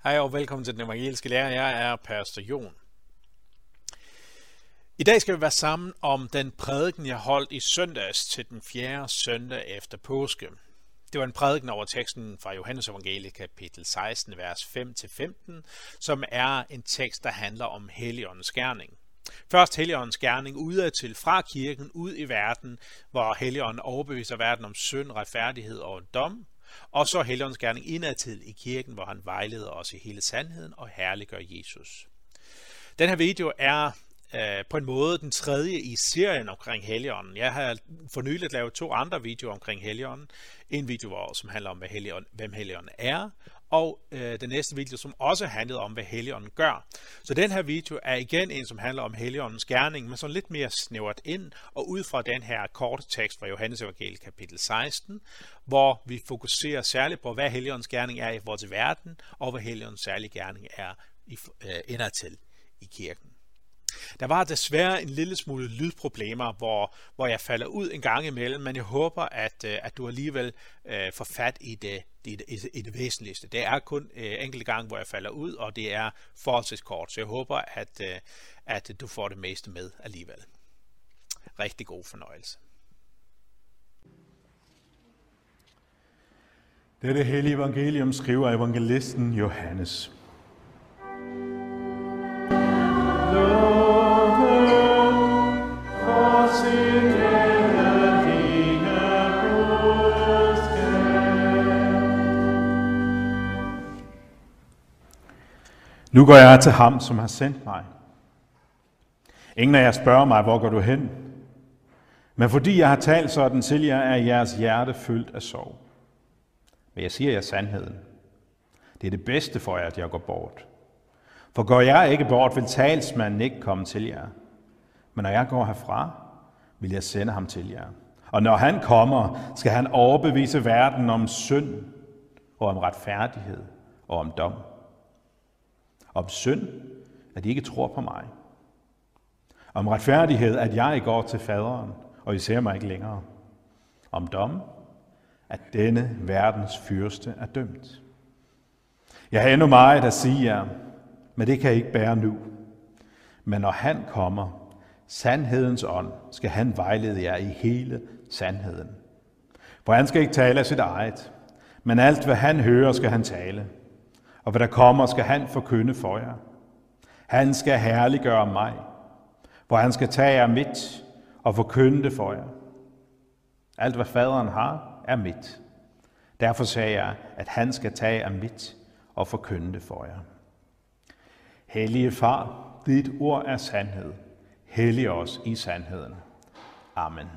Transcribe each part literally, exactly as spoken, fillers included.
Hej og velkommen til den evangeliske lære. Jeg er Pastor Jon. I dag skal vi være sammen om den prædiken, jeg holdt i søndags til den fjerde søndag efter påske. Det var en prædiken over teksten fra Johannes evangeliet kapitel seksten, vers fem til femten, som er en tekst, der handler om Helligåndens gerning. Først Helligåndens gerning udadtil fra kirken ud i verden, hvor Helligånden overbeviser verden om synd, retfærdighed og dom. Og så Helligåndens gerning indadtil i kirken, hvor han vejleder os i hele sandheden og herliggør Jesus. Den her video er øh, på en måde den tredje i serien omkring Helligånden. Jeg har for nyligt lavet to andre videoer omkring Helligånden. En video, som handler om, hvad Helligånden, hvem Helligånden er, og øh, den næste video, som også handlede om, hvad Helligånden gør. Så den her video er igen en, som handler om Helligåndens gerning, men så lidt mere snævret ind, og ud fra den her korte tekst fra Johannes evangeliet kapitel seksten, hvor vi fokuserer særligt på, hvad Helligåndens gerning er i vores verden, og hvad Helligåndens særlige gerning er i, øh, indadtil i kirken. Der var desværre en lille smule lydproblemer, hvor, hvor jeg falder ud en gang imellem, men jeg håber, at, at du alligevel øh, får fat i det, i, det, i det væsentligste. Det er kun øh, enkelte gange, hvor jeg falder ud, og det er forholdsvis kort, så jeg håber, at, øh, at du får det meste med alligevel. Rigtig god fornøjelse. Dette hellige evangelium skriver evangelisten Johannes. Nu går jeg til ham, som har sendt mig. Ingen af jer spørger mig, hvor går du hen? Men fordi jeg har talt sådan til jer, er jeres hjerte fyldt af sorg. Men jeg siger jer sandheden. Det er det bedste for jer, at jeg går bort. For går jeg ikke bort, vil talsmanden ikke komme til jer. Men når jeg går herfra, vil jeg sende ham til jer. Og når han kommer, skal han overbevise verden om synd, og om retfærdighed, og om dom. Om synd, at de ikke tror på mig. Om retfærdighed, at jeg går til faderen, og I ser mig ikke længere. Om dom, at denne verdens fyrste er dømt. Jeg har endnu meget at sige jer, men det kan I ikke bære nu. Men når han kommer, sandhedens ånd, skal han vejlede jer i hele sandheden. For han skal ikke tale af sit eget, men alt hvad han hører, skal han tale. Og hvad der kommer, skal han forkynde for jer. Han skal herliggøre mig, hvor han skal tage jer mit og forkynde det for jer. Alt hvad faderen har, er mit. Derfor sagde jeg, at han skal tage jer mit og forkynde det for jer. Hellige far, dit ord er sandhed. Hellig os i sandheden. Amen.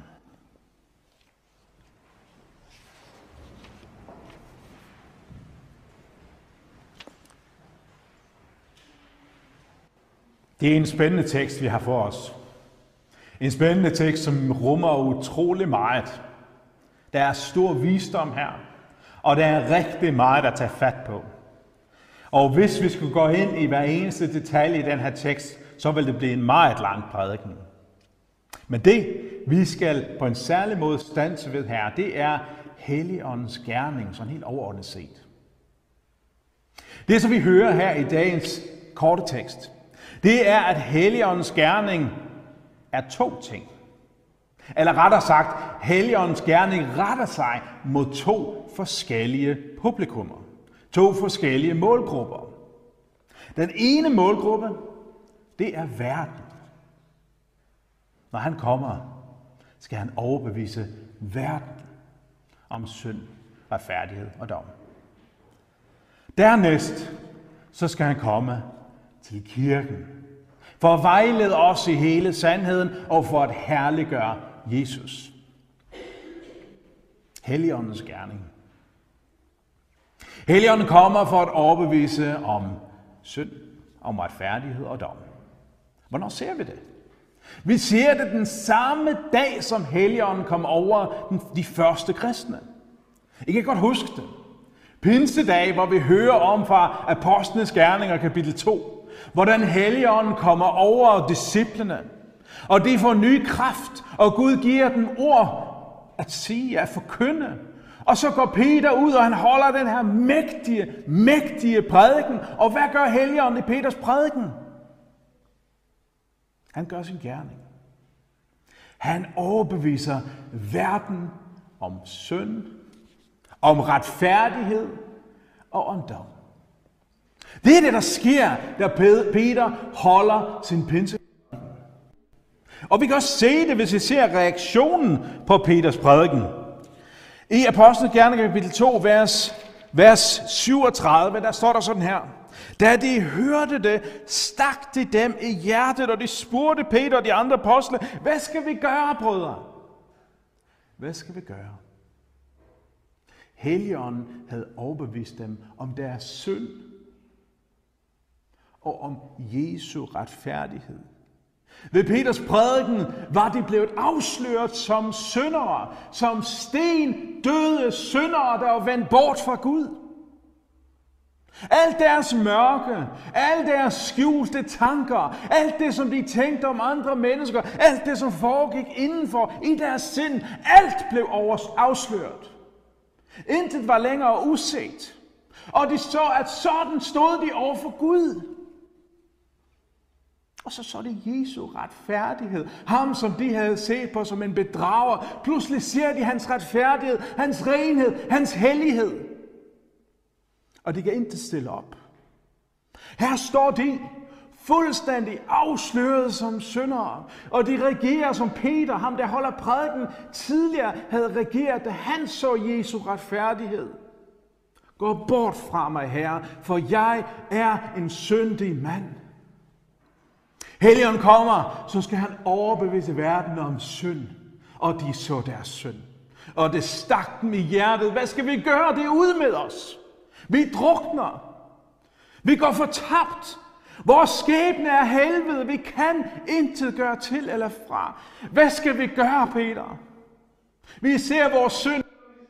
Det er en spændende tekst, vi har for os. En spændende tekst, som rummer utrolig meget. Der er stor visdom her, og der er rigtig meget at tage fat på. Og hvis vi skulle gå ind i hver eneste detalje i den her tekst, så vil det blive en meget lang prædiken. Men det, vi skal på en særlig måde standse ved her, det er Helligåndens gerning, sådan helt overordnet set. Det, som vi hører her i dagens korte tekst, det er, at Helligåndens gerning er to ting. Eller rettere sagt, Helligåndens gerning retter sig mod to forskellige publikummer. To forskellige målgrupper. Den ene målgruppe, det er verden. Når han kommer, skal han overbevise verden om synd, retfærdighed og dom. Dernæst, så skal han komme til kirken, for at vejlede os i hele sandheden og for at herliggøre Jesus. Helligåndens gerning. Helligånden kommer for at overbevise om synd, om retfærdighed og dom. Hvornår ser vi det? Vi ser det den samme dag, som Helligånden kom over de første kristne. I kan godt huske det. Pinsedag, hvor vi hører om fra Apostlenes Gerninger kapitel to, hvordan Helligånden kommer over disciplene, og de får ny kraft, og Gud giver dem ord at sige, at forkynde, Og så går Peter ud, og han holder den her mægtige, mægtige prædiken. Og hvad gør Helligånden i Peters prædiken? Han gør sin gerning. Han overbeviser verden om synd, om retfærdighed og om dom. Det er det, der sker, da Peter holder sin pinse. Og vi kan også se det, hvis vi ser reaktionen på Peters prædiken. I Apostlenes Gerninger kapitel to, vers, vers syvogtredive, der står der sådan her. Da de hørte det, stak de dem i hjertet, og de spurgte Peter og de andre apostle, hvad skal vi gøre, brødre? Hvad skal vi gøre? Helligånden havde overbevist dem om deres synd og om Jesu retfærdighed. Ved Peters prædiken var de blevet afsløret som syndere, som sten døde syndere, der var vendt bort fra Gud. Alt deres mørke, alle deres skjulte tanker, alt det, som de tænkte om andre mennesker, alt det, som foregik indenfor i deres sind, alt blev afsløret. Intet var længere uset. Og de så, at sådan stod de over for Gud. Og så så det Jesu retfærdighed. Ham, som de havde set på som en bedrager. Pludselig ser de hans retfærdighed, hans renhed, hans hellighed. Og de kan ikke stille op. Her står de fuldstændig afsløret som syndere. Og de regerer som Peter, ham der holder prædiken, tidligere havde regeret, da han så Jesu retfærdighed. Gå bort fra mig, Herre, for jeg er en syndig mand. Helligånden kommer, så skal han overbevise verden om synd. Og de så deres synd. Og det stak dem i hjertet. Hvad skal vi gøre? Det er ude med os. Vi drukner. Vi går fortabt. Vores skæbne er helvede. Vi kan intet gøre til eller fra. Hvad skal vi gøre, Peter? Vi ser vores synd.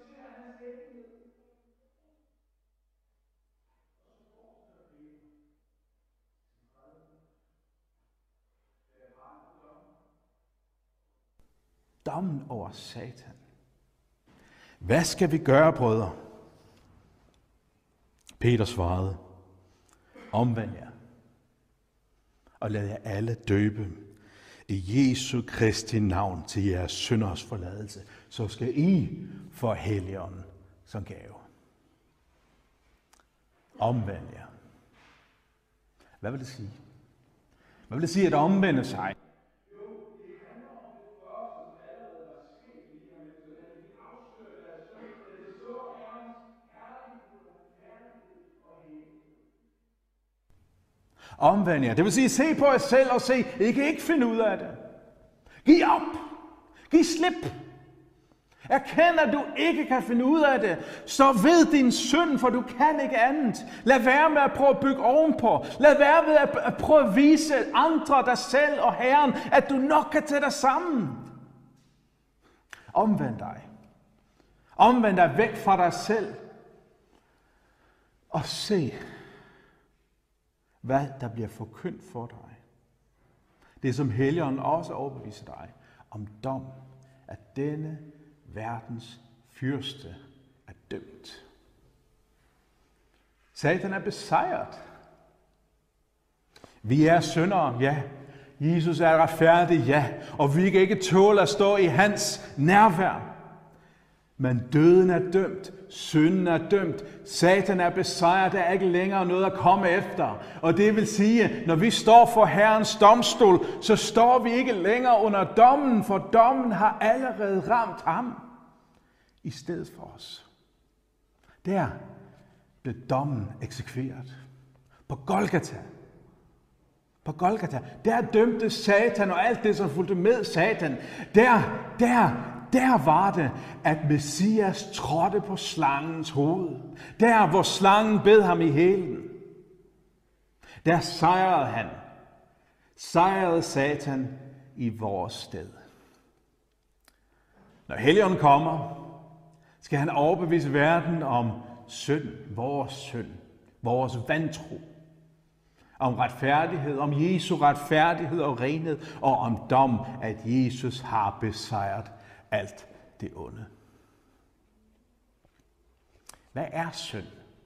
Dommen over Satan. Hvad skal vi gøre, brødre? Peter svarede, omvend jer, og lad jer alle døbe i Jesu Kristi navn til jeres synders forladelse, så skal I få Helligånden som gave. Omvend jer. Hvad vil det sige? Hvad vil det sige at omvende sig? Omvend jer. Det vil sige, se på jer selv og se, I kan ikke finde ud af det. Giv op. Giv slip. Erkend, at du ikke kan finde ud af det. Så ved din synd, for du kan ikke andet. Lad være med at prøve at bygge ovenpå. Lad være med at prøve at vise andre, dig selv og Herren, at du nok kan tage dig sammen. Omvend dig. Omvend dig væk fra dig selv. Og se, hvad der bliver forkyndt for dig. Det som Helligånden også overbeviser dig om dom, at denne verdens fyrste er dømt. Satan er besejret. Vi er syndere, ja. Jesus er retfærdig, ja. Og vi kan ikke tåle at stå i hans nærvær. Men døden er dømt, synden er dømt, Satan er besejret, der er ikke længere noget at komme efter. Og det vil sige, når vi står for Herrens domstol, så står vi ikke længere under dommen, for dommen har allerede ramt ham i stedet for os. Der blev dommen eksekveret på Golgata. På Golgata, der dømte Satan og alt det, som fulgte med Satan. Der, der, Der var det, at Messias trådte på slangens hoved. Der, hvor slangen bed ham i hælen. Der sejrede han. Sejrede Satan i vores sted. Når Helligånden kommer, skal han overbevise verden om synd, vores synd, vores vantro. Om retfærdighed, om Jesu retfærdighed og renhed, og om dom, at Jesus har besejret alt det onde. Hvad er synd?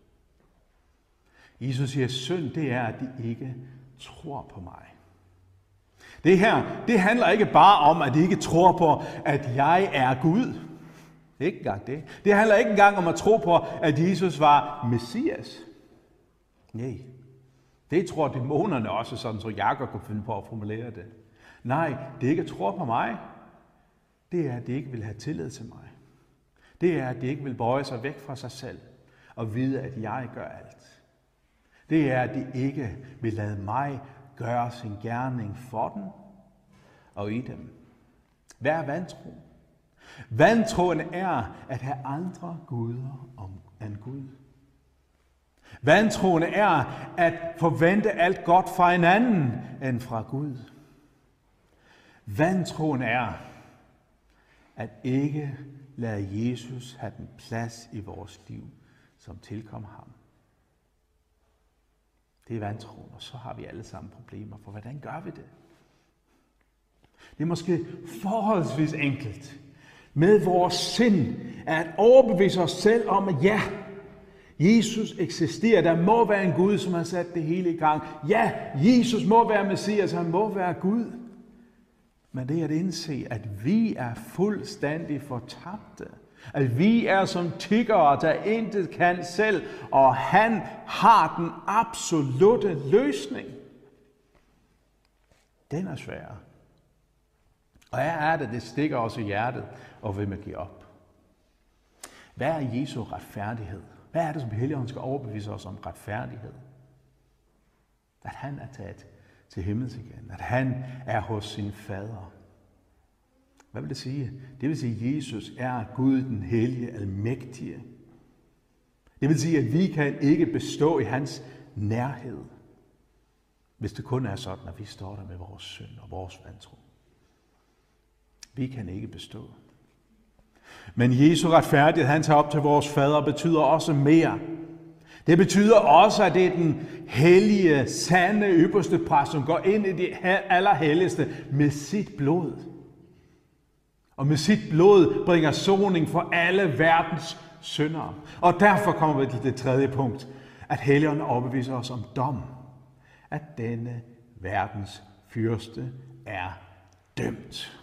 Jesus siger, at synd det er, at de ikke tror på mig. Det her, det handler ikke bare om, at de ikke tror på, at jeg er Gud. Ikke engang det. Det handler ikke engang om at tro på, at Jesus var Messias. Nej. Det tror dæmonerne også, sådan så Jakob kunne finde på at formulere det. Nej, det er ikke at tro på mig. Det er, at de ikke vil have tillid til mig. Det er, at de ikke vil bøje sig væk fra sig selv og vide, at jeg gør alt. Det er, at de ikke vil lade mig gøre sin gerning for dem og i dem. Hvad er vantro? Vantroen er at have andre guder end Gud. Vantroen er at forvente alt godt fra hinanden end fra Gud. Vantroen er at ikke lade Jesus have den plads i vores liv, som tilkommer ham. Det er vantroen, og så har vi alle sammen problemer, for hvordan gør vi det? Det er måske forholdsvis enkelt med vores sind at overbevise os selv om, at ja, Jesus eksisterer. Der må være en Gud, som har sat det hele i gang. Ja, Jesus må være Messias, han må være Gud. Men det er at indse, at vi er fuldstændig fortabte. At vi er som tiggere, der intet kan selv, og han har den absolutte løsning. Den er svær. Og her er det, det stikker os i hjertet, og vil man give op. Hvad er Jesu retfærdighed? Hvad er det, som Helligånden skal overbevise os om retfærdighed? At han er taget til himmels igen. At han er hos sin fader. Hvad vil det sige? Det vil sige, at Jesus er Gud den hellige, almægtige. Det vil sige, at vi kan ikke bestå i hans nærhed, hvis det kun er sådan, at vi står der med vores synd og vores vantro. Vi kan ikke bestå. Men Jesu retfærdighed, han tager op til vores fader, betyder også mere. Det betyder også, at det er den hellige, sande, ypperste præst, som går ind i det allerhelligste med sit blod. Og med sit blod bringer soning for alle verdens syndere. Og derfor kommer vi til det tredje punkt, at Helligånden overbeviser os om dom. At denne verdens fyrste er dømt.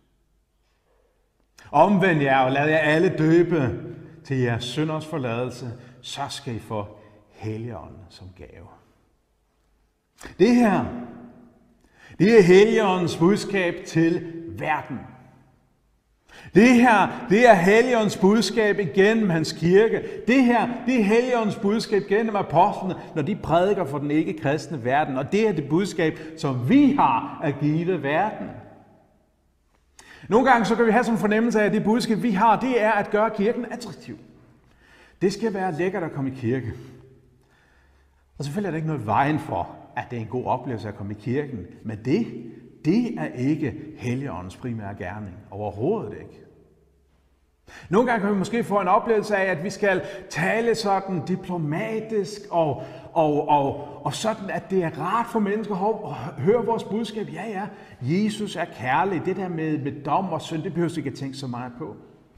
Omvend jer og lad jer alle døbe til jeres synders forladelse, så skal I få Helligånden som gave. Det her, det er Helligåndens budskab til verden. Det her, det er Helligåndens budskab igennem hans kirke. Det her, det er Helligåndens budskab gennem apostlene, når de prædiker for den ikke-kristne verden. Og det er det budskab, som vi har at give verden. Nogle gange så kan vi have sådan en fornemmelse af, at det budskab, vi har, det er at gøre kirken attraktiv. Det skal være lækkert at komme i kirke. Og selvfølgelig er der ikke noget vejen for, at det er en god oplevelse at komme i kirken. Men det, det er ikke Helligåndens primære gerning. Overhovedet ikke. Nogle gange kan vi måske få en oplevelse af, at vi skal tale sådan diplomatisk og, og, og, og sådan, at det er rart for mennesker at høre vores budskab. Ja, ja, Jesus er kærlig. Det der med, med dom og synd, det behøver vi ikke at tænke så meget på.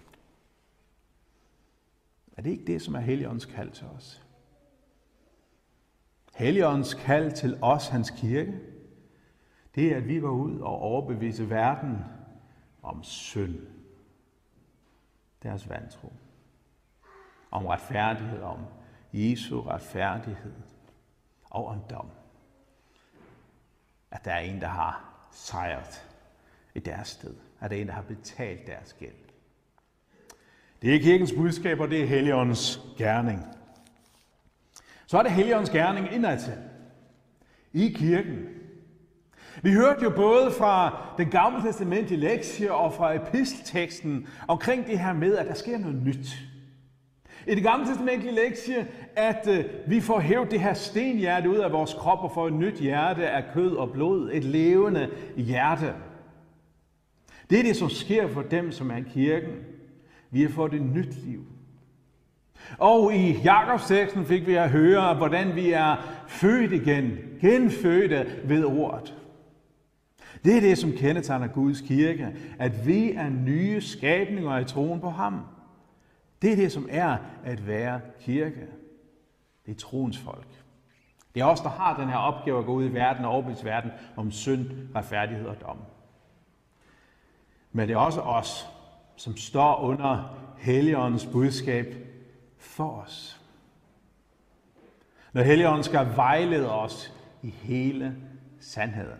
Er det ikke det, som er Helligåndens kald til os? Helligåndens kald til os, hans kirke, det er, at vi går ud og overbeviser verden om synd. Deres vantro. Om retfærdighed, om Jesu retfærdighed og om dom. At der er en, der har sejret i deres sted. At der er en, der har betalt deres gæld. Det er kirkens budskab, og det er Helligåndens gerning. Så er det Helligåndens gerning indadtil. I kirken. Vi hørte jo både fra den gamle testamentlige lektie og fra epistelteksten omkring det her med, at der sker noget nyt. I det gamle testamentlige lektie, at øh, vi får hævet det her stenhjerte ud af vores krop og får et nyt hjerte af kød og blod, et levende hjerte. Det er det, som sker for dem, som er i kirken. Vi har fået et nyt liv. Og i Jakobsteksten fik vi at høre, hvordan vi er født igen, genfødte ved ordet. Det er det, som kendetegner Guds kirke, at vi er nye skabninger i troen på ham. Det er det, som er at være kirke. Det er troens folk. Det er os, der har den her opgave at gå ud i verden og overbevise verden om synd, retfærdighed og dom. Men det er også os, som står under Helligåndens budskab for os. Når Helligånden skal vejlede os i hele sandheden.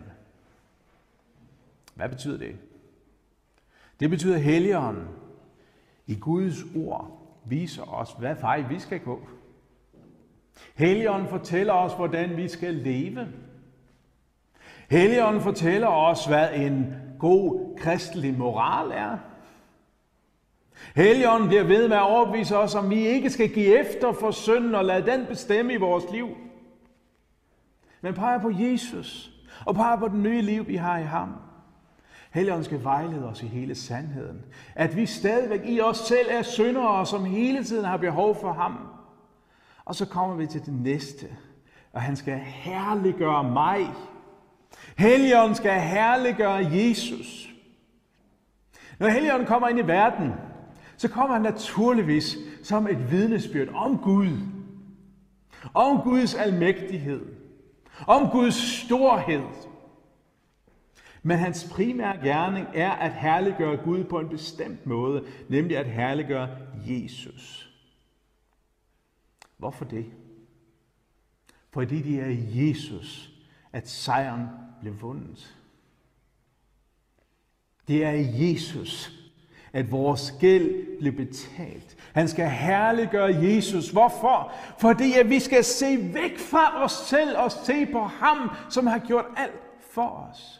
Hvad betyder det? Det betyder, at Helligånden i Guds ord viser os, hvad vej vi skal gå. Helligånden fortæller os, hvordan vi skal leve. Helligånden fortæller os, hvad en god kristelig moral er. Helligånden bliver ved med at overbevise os, om vi ikke skal give efter for synden og lade den bestemme i vores liv. Men peger på Jesus og peger på det nye liv, vi har i ham. Helligånden skal vejlede os i hele sandheden. At vi stadigvæk i os selv er syndere, som hele tiden har behov for ham. Og så kommer vi til det næste, og han skal herliggøre mig. Helligånden skal herliggøre Jesus. Når Helligånden kommer ind i verden, så kommer han naturligvis som et vidnesbyrd om Gud. Om Guds almægtighed. Om Guds storhed. Men hans primære gerning er at herliggøre Gud på en bestemt måde, nemlig at herliggøre Jesus. Hvorfor det? Fordi det er i Jesus, at sejren blev vundet. Det er i Jesus, at vores gæld blev betalt. Han skal herliggøre Jesus. Hvorfor? Fordi at vi skal se væk fra os selv og se på ham, som har gjort alt for os.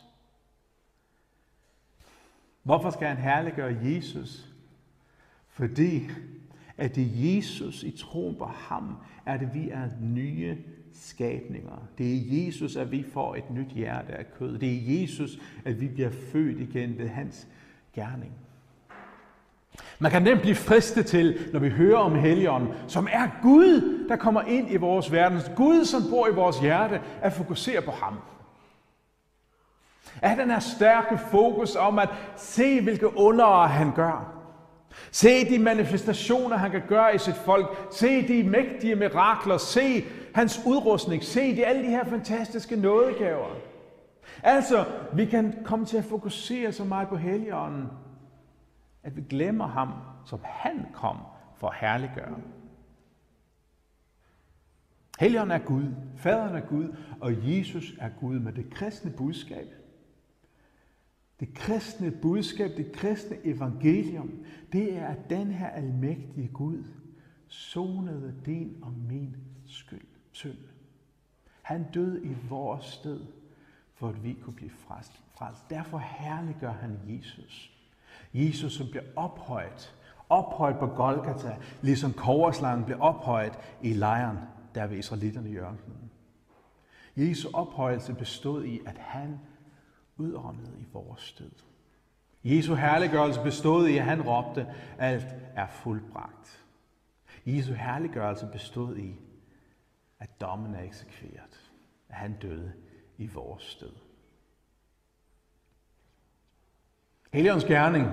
Hvorfor skal han herliggøre Jesus? Fordi at det er Jesus i troen på ham, er det vi er nye skabninger. Det er i Jesus, at vi får et nyt hjerte af kød. Det er i Jesus, at vi bliver født igen ved hans gerning. Man kan nemt blive fristet til, når vi hører om Helligånden, som er Gud, der kommer ind i vores verden. Gud, som bor i vores hjerte, at fokusere på ham. At den her stærke fokus om at se, hvilke undere han gør. Se de manifestationer, han kan gøre i sit folk. Se de mægtige mirakler. Se hans udrustning. Se de, alle de her fantastiske nådegaver. Altså, vi kan komme til at fokusere så meget på Helligånden, at vi glemmer ham, som han kom for at herliggøre. Helligånden er Gud, Faderen er Gud, og Jesus er Gud med det kristne budskab. Det kristne budskab, det kristne evangelium, det er, at den her almægtige Gud sonede din og min skyld, synd. Han døde i vores sted, for at vi kunne blive frelst. Derfor herliggør han Jesus. Jesus, som bliver ophøjet, ophøjet på Golgata, ligesom kobberslangen blev ophøjet i lejren, der ved israelitterne i ørkenen. Jesu ophøjelse bestod i, at han udåndede i vores sted. Jesu herliggørelse bestod i, at han råbte, alt er fuldbragt. Jesu herliggørelse bestod i, at dommen er eksekveret, at han døde i vores sted. Helligåndens gerning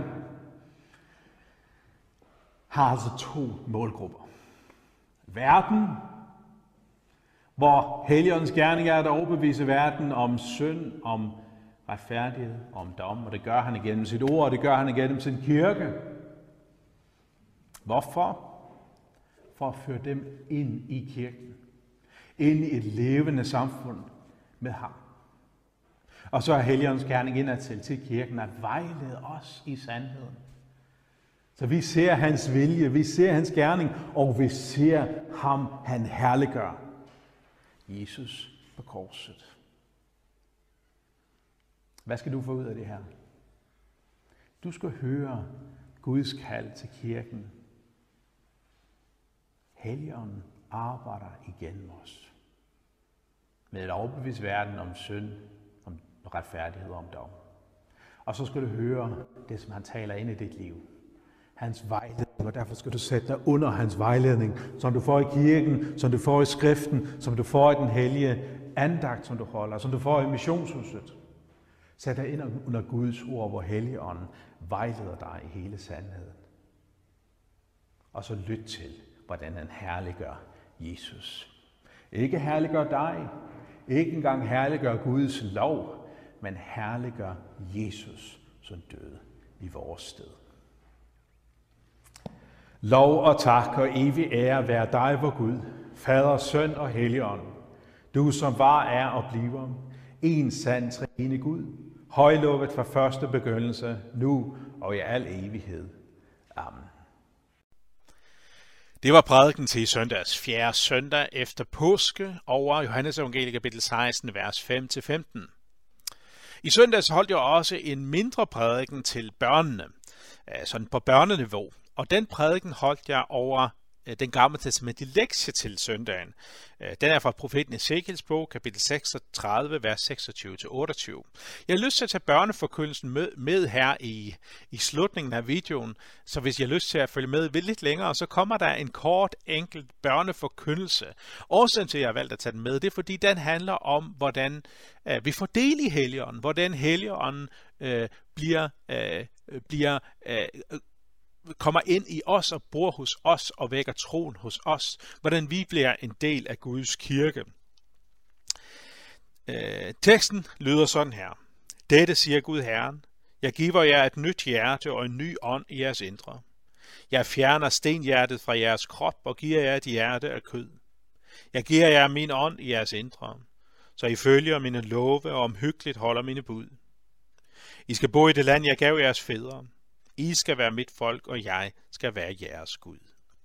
har altså to målgrupper. Verden, hvor Helligåndens gerning er at overbevise verden om synd, om retfærdighed, om dom, og det gør han igennem sit ord, og det gør han igennem sin kirke. Hvorfor? For at føre dem ind i kirken. Ind i et levende samfund med ham. Og så er Helligåndens gerning indadtil til kirken at vejlede os i sandheden. Så vi ser hans vilje, vi ser hans gerning, og vi ser ham, han herliggør. Jesus på korset. Hvad skal du få ud af det her? Du skal høre Guds kald til kirken. Helligånden arbejder igennem os. Med at overbevise verden om synd, om retfærdighed og om dom. Og så skal du høre det, som han taler ind i dit liv. Hans vejledning, og derfor skal du sætte dig under hans vejledning, som du får i kirken, som du får i skriften, som du får i den hellige andagt, som du holder, som du får i missionshuset. Sæt dig ind under Guds ord, hvor Helligånden vejleder dig i hele sandheden. og så lyt til, hvordan han herliggør Jesus. Ikke herliggør dig, ikke engang herliggør Guds lov, men herliggør Jesus, som døde i vores sted. Lov og tak og evig ære være dig, vor Gud, Fader, Søn og Helligånd, du som var, er og bliver, en sand treenig Gud, højlovet fra første begyndelse, nu og i al evighed. Amen. Det var prædiken til i søndags, fjerde søndag efter påske, over Johannes evangeliet kapitel seksten, vers fem til femten. I søndags holdt jeg også en mindre prædiken til børnene, sådan på børneniveau, og den prædiken holdt jeg over den gamle testamentlige lektie til søndagen. Den er fra profeten Ezekiels bog, kapitel seksogtredive, vers seksogtyve til otteogtyve. Jeg har lyst til at tage børneforkyndelsen med, med her i, i slutningen af videoen, så hvis jeg har lyst til at følge med lidt længere, så kommer der en kort, enkelt børneforkyndelse. Årsagen til, at jeg har valgt at tage den med, det er, fordi den handler om, hvordan øh, vi får del i Helligånden, hvordan Helligånden øh, bliver, øh, bliver øh, kommer ind i os og bor hos os og vækker troen hos os, hvordan vi bliver en del af Guds kirke. Øh, teksten lyder sådan her. Dette siger Gud Herren, jeg giver jer et nyt hjerte og en ny ånd i jeres indre. Jeg fjerner stenhjertet fra jeres krop og giver jer et hjerte af kød. Jeg giver jer min ånd i jeres indre, så I følger mine love og omhyggeligt holder mine bud. I skal bo i det land, jeg gav jeres fædre. I skal være mit folk, og jeg skal være jeres Gud.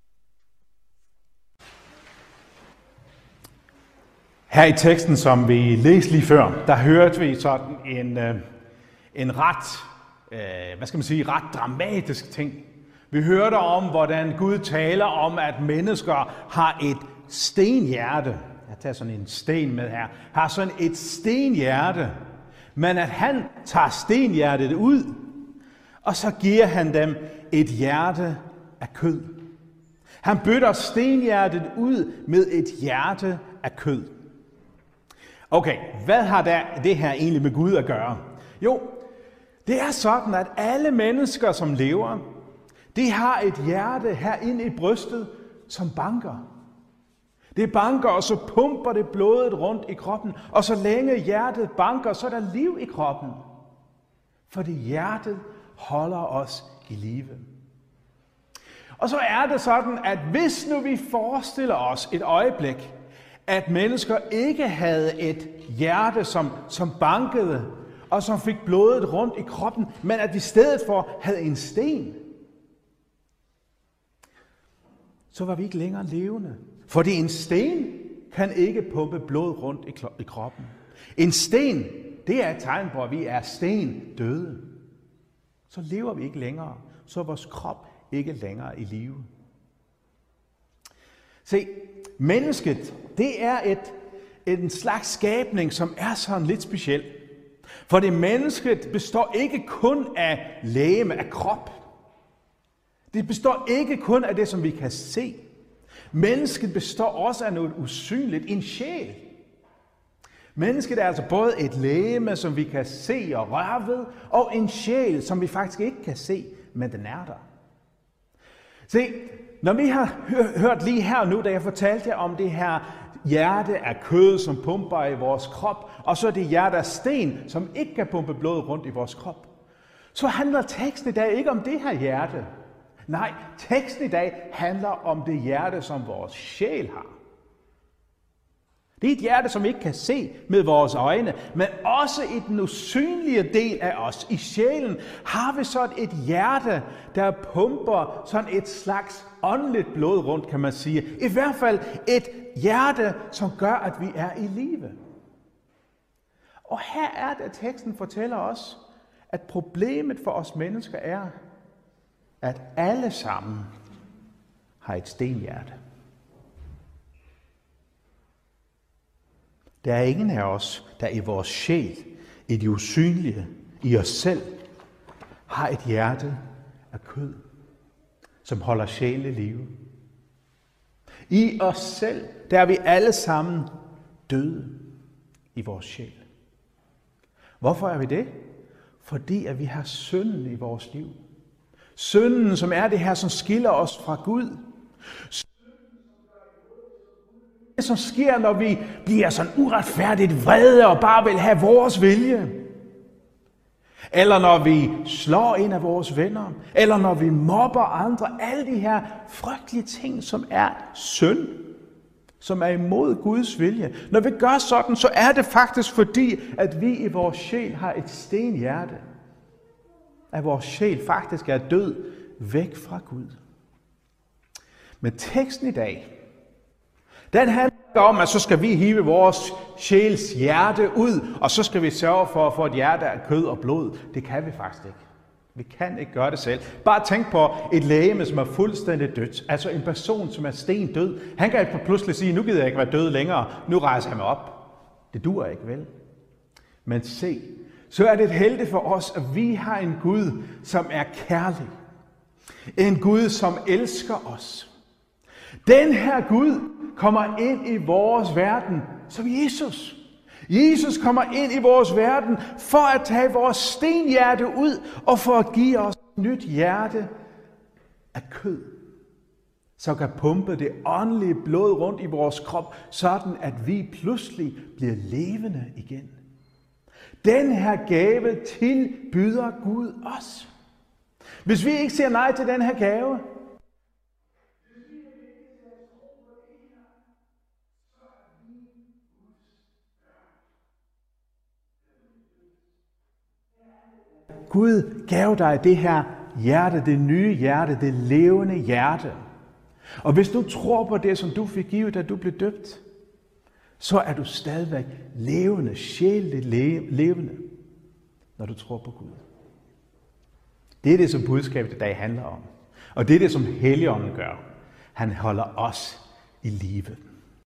Her i teksten, som vi læste lige før, der hørte vi sådan en, en ret, hvad skal man sige, ret dramatisk ting. Vi hørte om, hvordan Gud taler om, at mennesker har et stenhjerte. Jeg tager sådan en sten med her. Har sådan et stenhjerte, men at han tager stenhjertet ud, og så giver han dem et hjerte af kød. Han bytter stenhjertet ud med et hjerte af kød. Okay, hvad har det her egentlig med Gud at gøre? Jo, det er sådan, at alle mennesker, som lever, de har et hjerte herinde i brystet, som banker. Det banker, og så pumper det blodet rundt i kroppen, og så længe hjertet banker, så er der liv i kroppen. Fordi hjertet holder os i live. Og så er det sådan, at hvis nu vi forestiller os et øjeblik, at mennesker ikke havde et hjerte, som, som bankede, og som fik blodet rundt i kroppen, men at de i stedet for havde en sten, så var vi ikke længere levende. Fordi en sten kan ikke pumpe blod rundt i, i kroppen. En sten, det er et tegn på, at vi er sten døde. Så lever vi ikke længere. Så er vores krop ikke længere i live. Se, mennesket, det er et, en slags skabning, som er sådan lidt speciel. For det mennesket består ikke kun af legeme, af krop. Det består ikke kun af det, som vi kan se. Mennesket består også af noget usynligt, en sjæl. Mennesket er altså både et legeme, som vi kan se og røre ved, og en sjæl, som vi faktisk ikke kan se, men den er der. Se, når vi har hørt lige her nu, da jeg fortalte jer om det her hjerte af kød, som pumper i vores krop, og så det hjerte af sten, som ikke kan pumpe blod rundt i vores krop, så handler teksten i dag ikke om det her hjerte. Nej, teksten i dag handler om det hjerte, som vores sjæl har. Det er et hjerte, som vi ikke kan se med vores øjne, men også i den usynlige del af os. I sjælen har vi sådan et hjerte, der pumper sådan et slags åndeligt blod rundt, kan man sige. I hvert fald et hjerte, som gør, at vi er i live. Og her er det, at teksten fortæller os, at problemet for os mennesker er, at alle sammen har et stenhjerte. Der er ingen af os, der i vores sjæl, i det usynlige, i os selv, har et hjerte af kød, som holder sjælen i live. I os selv, der er vi alle sammen døde i vores sjæl. Hvorfor er vi det? Fordi at vi har synden i vores liv. Synden, som er det her, som skiller os fra Gud. Det, som sker, når vi bliver sådan uretfærdigt vrede og bare vil have vores vilje. Eller når vi slår en af vores venner. Eller når vi mobber andre. Alle de her frygtelige ting, som er synd. Som er imod Guds vilje. Når vi gør sådan, så er det faktisk fordi, at vi i vores sjæl har et stenhjerte. At vores sjæl faktisk er død væk fra Gud. Men teksten i dag, den handler om, at så skal vi hive vores sjæls hjerte ud, og så skal vi sørge for at få et hjerte af kød og blod. Det kan vi faktisk ikke. Vi kan ikke gøre det selv. Bare tænk på et legeme, som er fuldstændig dødt. Altså en person, som er sten død. Han kan ikke pludselig sige, nu gider jeg ikke være død længere. Nu rejser jeg mig op. Det duer ikke, vel? Men se, så er det et helde for os, at vi har en Gud, som er kærlig. En Gud, som elsker os. Den her Gud kommer ind i vores verden som Jesus. Jesus kommer ind i vores verden for at tage vores stenhjerte ud og for at give os et nyt hjerte af kød. Så kan pumpe det åndelige blod rundt i vores krop, sådan at vi pludselig bliver levende igen. Den her gave tilbyder Gud os. Hvis vi ikke siger nej til den her gave, Gud gav dig det her hjerte, det nye hjerte, det levende hjerte. Og hvis du tror på det, som du fik givet, da du blev døbt, så er du stadigvæk levende, sjældent levende, når du tror på Gud. Det er det, som budskabet i dag handler om. Og det er det, som Helligånden gør. Han holder os i live.